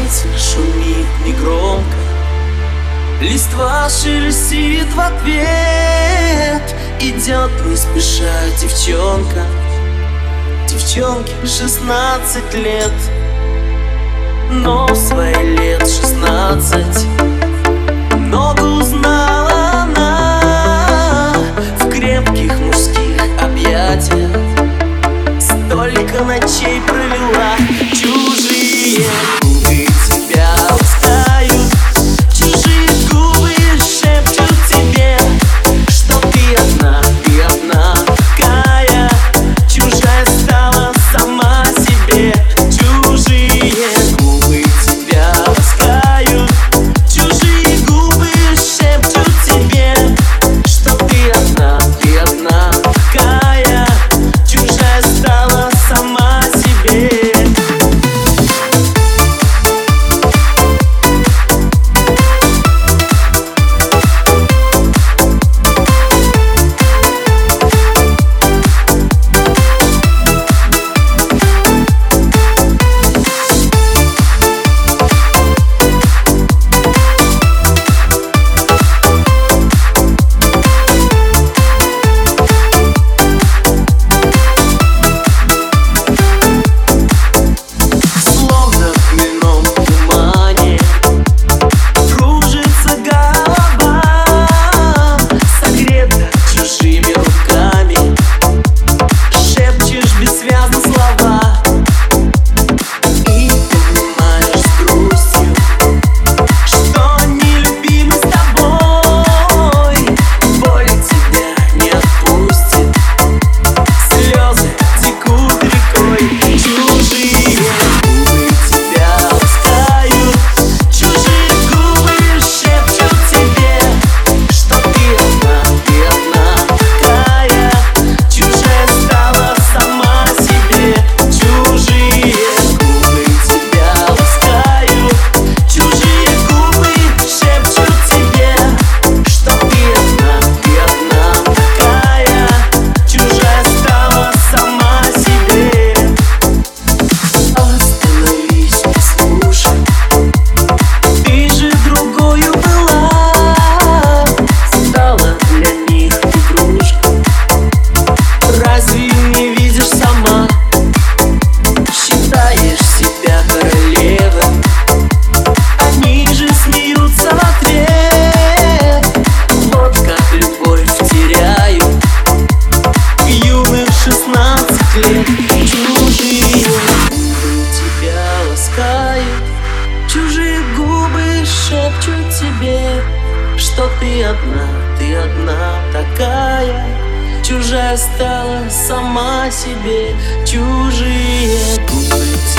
Ветер шумит негромко, листва шелестит в ответ. Идет не спеша девчонка, девчонке 16 лет. Но в свои лет 16 много узнала она в крепких мужских объятиях. Столько ночей провела, чужие губы тебя ласкают, чужие губы шепчут тебе, что ты одна такая, чужая стала сама себе. Чужие губы тебя ласкают, чужие губы шепчут тебе, что ты одна такая, чужая стала сама себе. Чужие губы тебя ласкают, чужие губы шепчут тебе, что ты одна такая, чужая стала сама себе. Чужие губы